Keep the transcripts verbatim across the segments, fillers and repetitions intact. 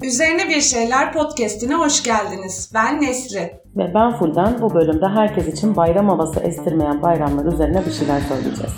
Üzerine Bir Şeyler Podcast'ine hoş geldiniz. Ben Nesri. Ve ben Fulden. Bu bölümde herkes için bayram havası estirmeyen bayramlar üzerine bir şeyler söyleyeceğiz.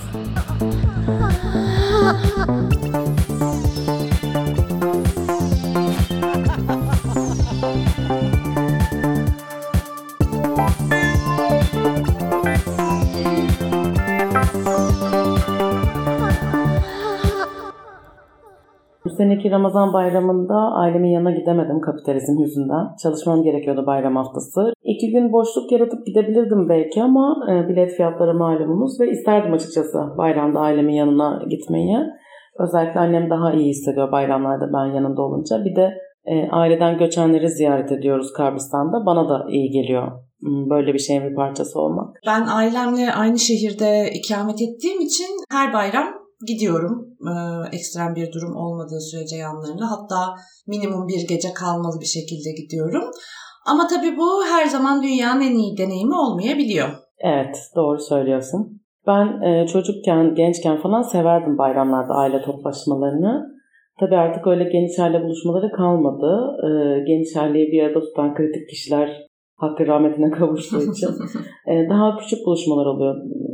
Bu seneki Ramazan bayramında ailemin yanına gidemedim kapitalizm yüzünden. Çalışmam gerekiyordu bayram haftası. İki gün boşluk yaratıp gidebilirdim belki ama e, bilet fiyatları malumunuz ve isterdim açıkçası bayramda ailemin yanına gitmeyi. Özellikle annem daha iyi hissediyor bayramlarda ben yanında olunca. Bir de e, aileden göçenleri ziyaret ediyoruz Kabristan'da. Bana da iyi geliyor böyle bir şeyin bir parçası olmak. Ben ailemle aynı şehirde ikamet ettiğim için her bayram gidiyorum. Ee, ekstrem bir durum olmadığı sürece yanlarına. Hatta minimum bir gece kalmalı bir şekilde gidiyorum. Ama tabii bu her zaman dünyanın en iyi deneyimi olmayabiliyor. Evet, doğru söylüyorsun. Ben e, çocukken, gençken falan severdim bayramlarda aile toplaşmalarını. Tabii artık öyle geniş aile buluşmaları kalmadı. E, geniş aileyi bir arada tutan kritik kişiler hakkı rahmetine kavuştuğu için e, daha küçük buluşmalar oluyor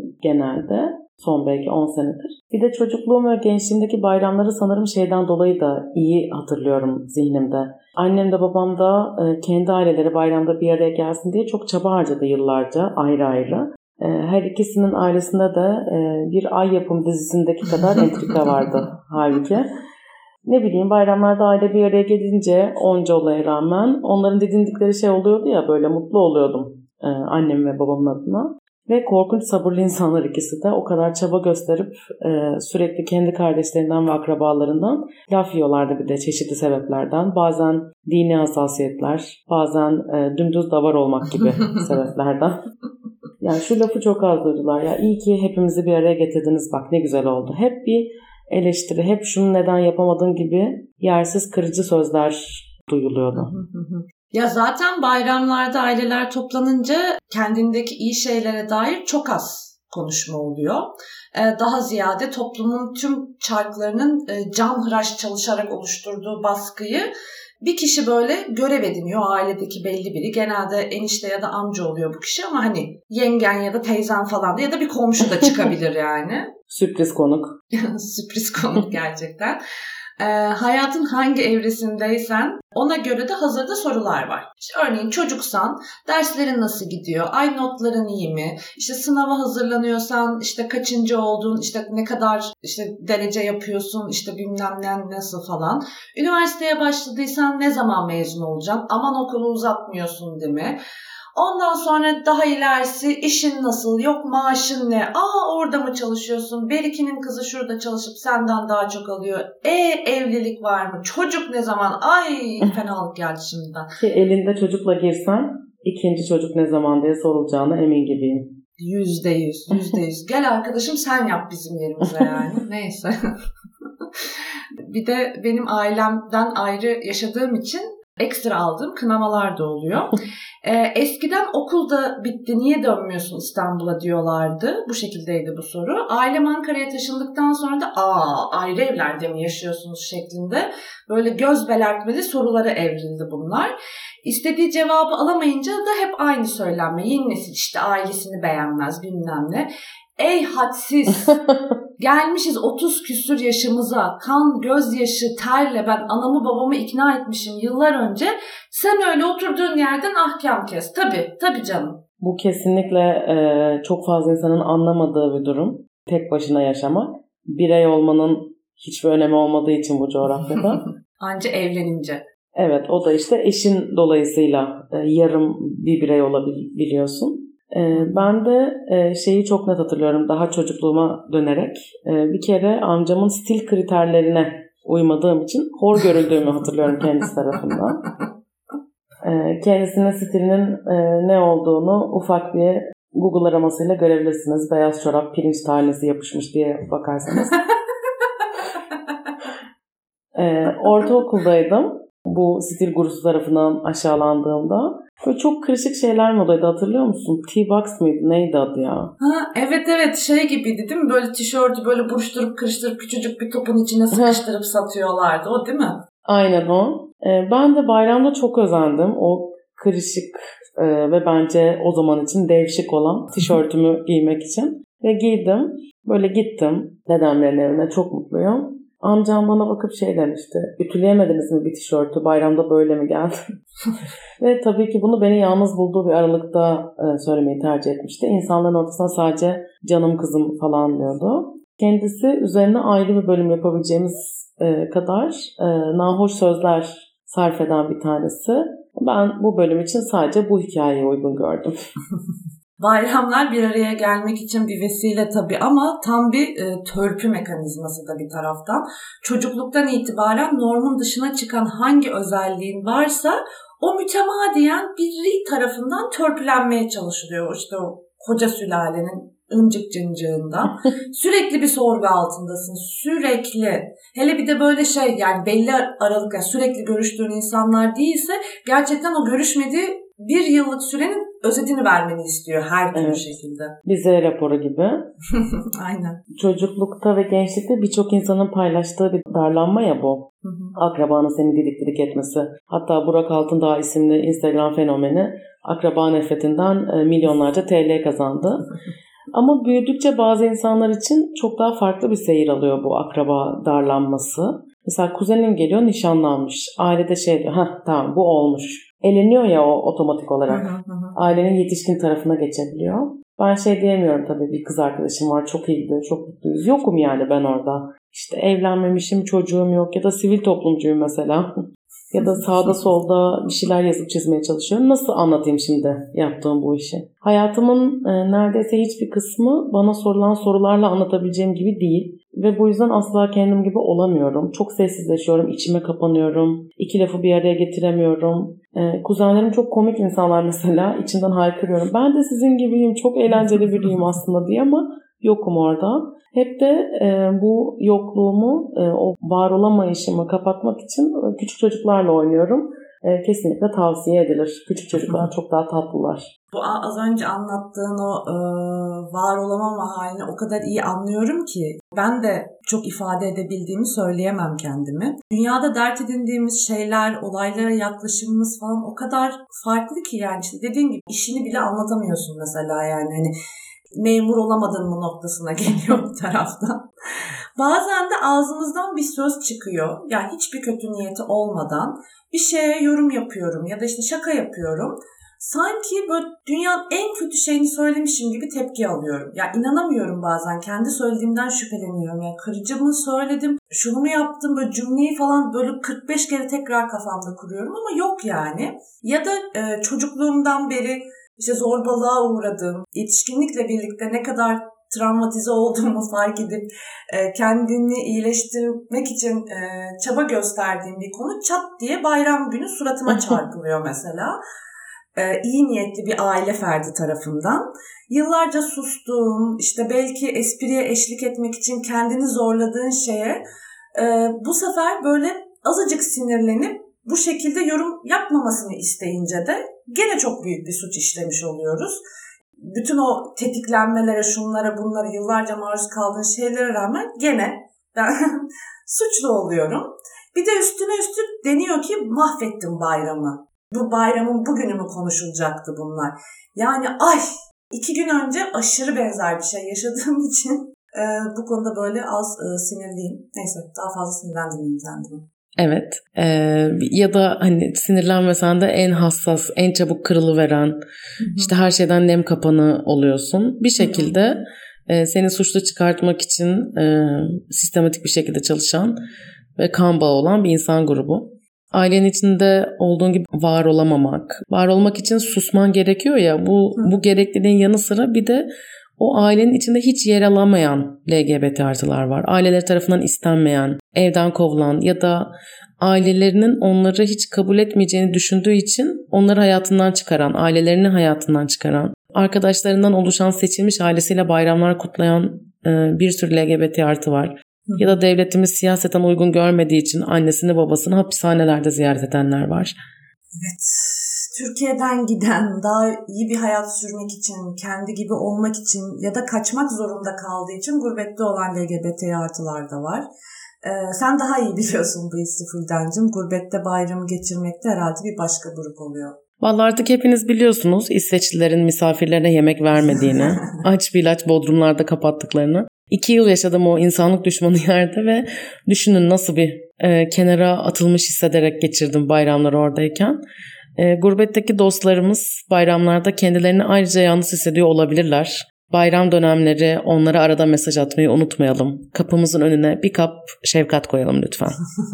genelde. Son belki on senedir. Bir de çocukluğum ve gençliğimdeki bayramları sanırım şeyden dolayı da iyi hatırlıyorum zihnimde. Annem de babam da kendi aileleri bayramda bir araya gelsin diye çok çaba harcadı yıllarca ayrı ayrı. Her ikisinin ailesinde de bir Ay Yapım dizisindeki kadar entrika vardı halbuki. Ne bileyim bayramlarda aile bir araya gelince onca olaya rağmen onların didindikleri şey oluyordu ya, böyle mutlu oluyordum annem ve babamın adına. Ve korkunç sabırlı insanlar ikisi de, o kadar çaba gösterip e, sürekli kendi kardeşlerinden ve akrabalarından laf yiyorlardı bir de çeşitli sebeplerden. Bazen dini hassasiyetler, bazen e, dümdüz davar olmak gibi sebeplerden. Yani şu lafı çok az duydular ya, iyi ki hepimizi bir araya getirdiniz, bak ne güzel oldu. Hep bir eleştiri, hep şunu neden yapamadın gibi yersiz kırıcı sözler duyuluyordu. Ya zaten bayramlarda aileler toplanınca kendindeki iyi şeylere dair çok az konuşma oluyor. Ee, daha ziyade toplumun tüm çarklarının e, canhıraş çalışarak oluşturduğu baskıyı bir kişi böyle görev ediniyor. Ailedeki belli biri. Genelde enişte ya da amca oluyor bu kişi ama hani yengen ya da teyzen falan ya da bir komşu da çıkabilir yani. Sürpriz konuk. Sürpriz konuk gerçekten. Ee, hayatın hangi evresindeysen ona göre de hazırda sorular var. İşte örneğin çocuksan derslerin nasıl gidiyor? Ay notların iyi mi? İşte sınava hazırlanıyorsan işte kaçıncı oldun? İşte ne kadar işte derece yapıyorsun? İşte bilmem ne nasıl falan. Üniversiteye başladıysan ne zaman mezun olacaksın? Aman okulu uzatmıyorsun değil mi? Ondan sonra daha ilerisi işin nasıl, yok maaşın ne, aa orada mı çalışıyorsun, Berikinin kızı şurada çalışıp senden daha çok alıyor, e evlilik var mı, çocuk ne zaman, ay fenalık geldi şimdiden. Ki elinde çocukla girsen ikinci çocuk ne zaman diye sorulacağına emin gibiyim. Yüzde yüz, yüzde yüz. Gel arkadaşım sen yap bizim yerimize yani. Neyse. Bir de benim ailemden ayrı yaşadığım için ekstra aldığım kınamalar da oluyor. Ee, eskiden okulda bitti, niye dönmüyorsun İstanbul'a diyorlardı. Bu şekildeydi bu soru. Ailem Ankara'ya taşındıktan sonra da aa ayrı evlerde mi yaşıyorsunuz şeklinde böyle göz belertmeli sorulara evrildi bunlar. İstediği cevabı alamayınca da hep aynı söylenme. Yeni nesil işte ailesini beğenmez bilmem ne. Ey hadsiz! Gelmişiz otuz küsür yaşımıza, kan, gözyaşı, terle ben anamı babamı ikna etmişim yıllar önce. Sen öyle oturduğun yerden ahkam kes. Tabii, tabii canım. Bu kesinlikle e, çok fazla insanın anlamadığı bir durum. Tek başına yaşamak. Birey olmanın hiçbir önemi olmadığı için bu coğrafyada. Anca evlenince. Evet, o da işte eşin dolayısıyla e, yarım bir birey olabiliyorsun. Ben de şeyi çok net hatırlıyorum daha çocukluğuma dönerek. Bir kere amcamın stil kriterlerine uymadığım için hor görüldüğümü hatırlıyorum kendisi tarafından. Kendisinin stilinin ne olduğunu ufak bir Google aramasıyla görebilirsiniz. Beyaz çorap, pirinç tanesi yapışmış diye bakarsanız. Ortaokuldaydım. Bu stil gurusu tarafından aşağılandığımda. Böyle çok karışık şeyler modaydı, hatırlıyor musun? T-Box mıydı? Neydi adı ya? Ha, evet evet şey gibiydi değil mi? Böyle tişörtü böyle buruşturup kırıştırıp küçücük bir topun içine sıkıştırıp satıyorlardı. O değil mi? Aynen o. Ben de bayramda çok özendim. O kırışık ve bence o zaman için devşik olan tişörtümü giymek için. Ve giydim. Böyle gittim dedemlerin evine, çok mutluyum. Amcam bana bakıp şey demişti. Ütüleyemediniz mi bir tişörtü? Bayramda böyle mi geldi? Ve tabii ki bunu beni yalnız bulduğu bir aralıkta söylemeyi tercih etmişti. İnsanların ortasına sadece canım kızım falan diyordu. Kendisi üzerine ayrı bir bölüm yapabileceğimiz kadar nahoş sözler sarf eden bir tanesi. Ben bu bölüm için sadece bu hikayeyi uygun gördüm. Bayramlar bir araya gelmek için bir vesile tabii ama tam bir e, törpü mekanizması da bir taraftan. Çocukluktan itibaren normun dışına çıkan hangi özelliğin varsa o mütemadiyen biri tarafından törpülenmeye çalışılıyor. İşte o koca sülalenin ıncık cıncığından. Sürekli bir sorgu altındasın. Sürekli. Hele bir de böyle şey, yani belli aralıkla sürekli görüştüğün insanlar değilse gerçekten o görüşmediği bir yıllık sürenin özetini vermeni istiyor her türlü evet. şekilde. Bir Z raporu gibi. Aynen. Çocuklukta ve gençlikte birçok insanın paylaştığı bir darlanma ya bu. Hı hı. Akrabanın seni didik didik etmesi. Hatta Burak Altındağ isimli Instagram fenomeni akraba nefretinden milyonlarca T L kazandı. Ama büyüdükçe bazı insanlar için çok daha farklı bir seyir alıyor bu akraba darlanması. Mesela kuzenin geliyor, nişanlanmış. Ailede şey diyor, heh tamam bu olmuş. Eleniyor ya o otomatik olarak. Hı hı hı. Ailenin yetişkin tarafına geçebiliyor. Ben şey diyemiyorum tabii, bir kız arkadaşım var, çok iyi gidiyor, çok mutluyuz. Yokum yani ben orada. İşte evlenmemişim, çocuğum yok ya da sivil toplumcuyum mesela. Ya da sağda solda bir şeyler yazıp çizmeye çalışıyorum. Nasıl anlatayım şimdi yaptığım bu işi? Hayatımın e, neredeyse hiçbir kısmı bana sorulan sorularla anlatabileceğim gibi değil. Ve bu yüzden asla kendim gibi olamıyorum. Çok sessizleşiyorum, içime kapanıyorum. İki lafı bir araya getiremiyorum. E, kuzenlerim çok komik insanlar mesela. İçinden haykırıyorum. Ben de sizin gibiyim, çok eğlenceli biriyim aslında diye ama yokum orada. Hep de e, bu yokluğumu, e, o var olamayışımı kapatmak için küçük çocuklarla oynuyorum. E, kesinlikle tavsiye edilir. Küçük çocuklar çok daha tatlılar. Bu az önce anlattığın o e, var olamama halini o kadar iyi anlıyorum ki ben de çok ifade edebildiğimi söyleyemem kendimi. Dünyada dert edindiğimiz şeyler, olaylara yaklaşımımız falan o kadar farklı ki yani işte dediğin gibi işini bile anlatamıyorsun mesela yani hani memur olamadın mı noktasına geliyor bir taraftan. Bazen de ağzımızdan bir söz çıkıyor. Yani hiçbir kötü niyeti olmadan bir şeye yorum yapıyorum ya da işte şaka yapıyorum. Sanki böyle dünyanın en kötü şeyini söylemişim gibi tepki alıyorum. Ya yani inanamıyorum bazen. Kendi söylediğimden şüpheleniyorum. Yani kırıcı mı söyledim, şunu mu yaptım, böyle cümleyi falan böyle kırk beş kere tekrar kafamda kuruyorum ama yok yani. Ya da e, çocukluğumdan beri İşte zorbalığa uğradığım, yetişkinlikle birlikte ne kadar travmatize olduğumu fark edip e, kendini iyileştirmek için e, çaba gösterdiğim bir konu çat diye bayram günü suratıma çarpılıyor mesela. E, iyi niyetli bir aile ferdi tarafından. Yıllarca sustuğum, işte belki espriye eşlik etmek için kendini zorladığın şeye e, bu sefer böyle azıcık sinirlenip bu şekilde yorum yapmamasını isteyince de gene çok büyük bir suç işlemiş oluyoruz. Bütün o tetiklenmelere, şunlara, bunlara yıllarca maruz kaldığın şeylere rağmen gene ben suçlu oluyorum. Bir de üstüne üstlük deniyor ki mahvettim bayramı. Bu bayramın bugünü mü konuşulacaktı bunlar? Yani ay iki gün önce aşırı benzer bir şey yaşadığım için e, bu konuda böyle az e, sinirliyim. Neyse daha fazla sinirlendirmeyeyim kendimi. Evet e, ya da hani sinirlenmesen de en hassas, en çabuk kırılıveren, Hı-hı. işte her şeyden nem kapanı oluyorsun. Bir şekilde e, seni suçlu çıkartmak için e, sistematik bir şekilde çalışan ve kan bağı olan bir insan grubu. Ailenin içinde olduğun gibi var olamamak, var olmak için susman gerekiyor ya, bu, bu gerekliliğin yanı sıra bir de o ailenin içinde hiç yer alamayan L G B T artılar var. Aileleri tarafından istenmeyen, evden kovulan ya da ailelerinin onları hiç kabul etmeyeceğini düşündüğü için onları hayatından çıkaran, ailelerini hayatından çıkaran, arkadaşlarından oluşan seçilmiş ailesiyle bayramlar kutlayan bir sürü L G B T artı var. Hı. Ya da devletimiz siyaseten uygun görmediği için annesini babasını hapishanelerde ziyaret edenler var. Evet. Türkiye'den giden, daha iyi bir hayat sürmek için, kendi gibi olmak için ya da kaçmak zorunda kaldığı için gurbette olan L G B T artılar da var. Ee, sen daha iyi biliyorsun bu hissi Fuldencim. Gurbette bayramı geçirmekte herhalde bir başka grup oluyor. Vallahi artık hepiniz biliyorsunuz İsveçlilerin misafirlerine yemek vermediğini, aç bir ilaç bodrumlarda kapattıklarını. İki yıl yaşadım o insanlık düşmanı yerde ve düşünün nasıl bir e, kenara atılmış hissederek geçirdim bayramları oradayken. E, gurbetteki dostlarımız bayramlarda kendilerini ayrıca yalnız hissediyor olabilirler. Bayram dönemleri onlara arada mesaj atmayı unutmayalım. Kapımızın önüne bir kap şefkat koyalım lütfen.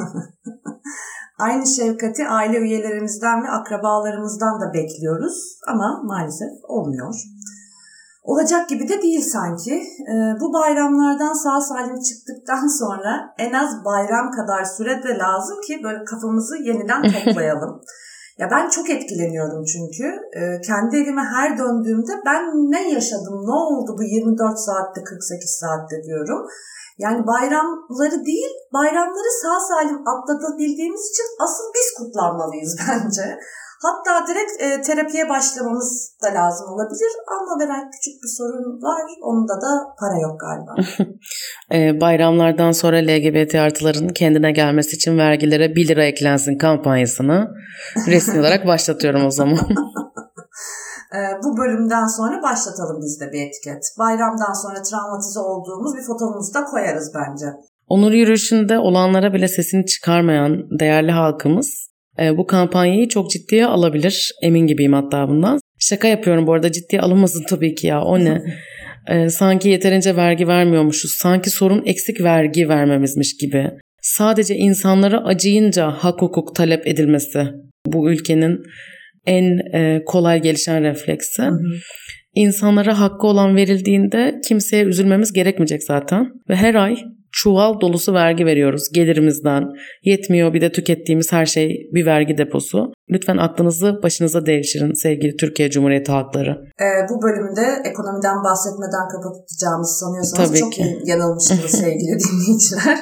Aynı şefkati aile üyelerimizden ve akrabalarımızdan da bekliyoruz ama maalesef olmuyor. Olacak gibi de değil sanki. Ee, bu bayramlardan sağ salim çıktıktan sonra en az bayram kadar süre de lazım ki böyle kafamızı yeniden toplayalım. Ya ben çok etkileniyorum çünkü. Ee, kendi evime her döndüğümde ben ne yaşadım, ne oldu bu yirmi dört saatte, kırk sekiz saatte diyorum. Yani bayramları değil, bayramları sağ salim atlatabildiğimiz için asıl biz kutlanmalıyız bence. Hatta direkt e, terapiye başlamamız da lazım olabilir ama veren küçük bir sorun var. Onda da para yok galiba. e, bayramlardan sonra L G B T artıların kendine gelmesi için vergilere bir lira eklensin kampanyasını resmi olarak başlatıyorum o zaman. e, bu bölümden sonra başlatalım biz de bir etiket. Bayramdan sonra travmatize olduğumuz bir fotoğrafımızı da koyarız bence. Onur yürüyüşünde olanlara bile sesini çıkarmayan değerli halkımız bu kampanyayı çok ciddiye alabilir. Emin gibiyim hatta bundan. Şaka yapıyorum bu arada, ciddiye alınmasın tabii ki ya. O ne? ee, sanki yeterince vergi vermiyormuşuz. Sanki sorun eksik vergi vermemizmiş gibi. Sadece insanlara acıyınca hak hukuk talep edilmesi bu ülkenin en e, kolay gelişen refleksi. Hı hı. İnsanlara hakkı olan verildiğinde kimseye üzülmemiz gerekmeyecek zaten. Ve her ay çuval dolusu vergi veriyoruz gelirimizden. Yetmiyor, bir de tükettiğimiz her şey bir vergi deposu. Lütfen aklınızı başınıza devşirin sevgili Türkiye Cumhuriyeti halkları. Ee, bu bölümde ekonomiden bahsetmeden kapatacağımızı sanıyorsanız Tabii çok ki. yanılmışsınız sevgili dinleyiciler.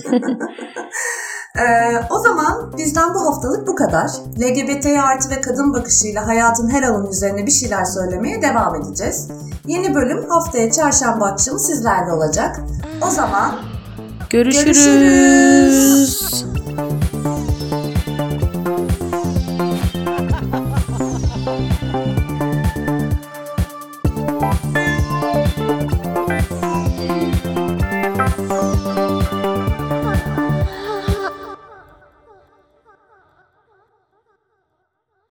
Ee, o zaman bizden bu haftalık bu kadar. L G B T artı ve kadın bakışıyla hayatın her alanı üzerine bir şeyler söylemeye devam edeceğiz. Yeni bölüm haftaya çarşamba akşamı sizlerle olacak. O zaman görüşürüz. görüşürüz.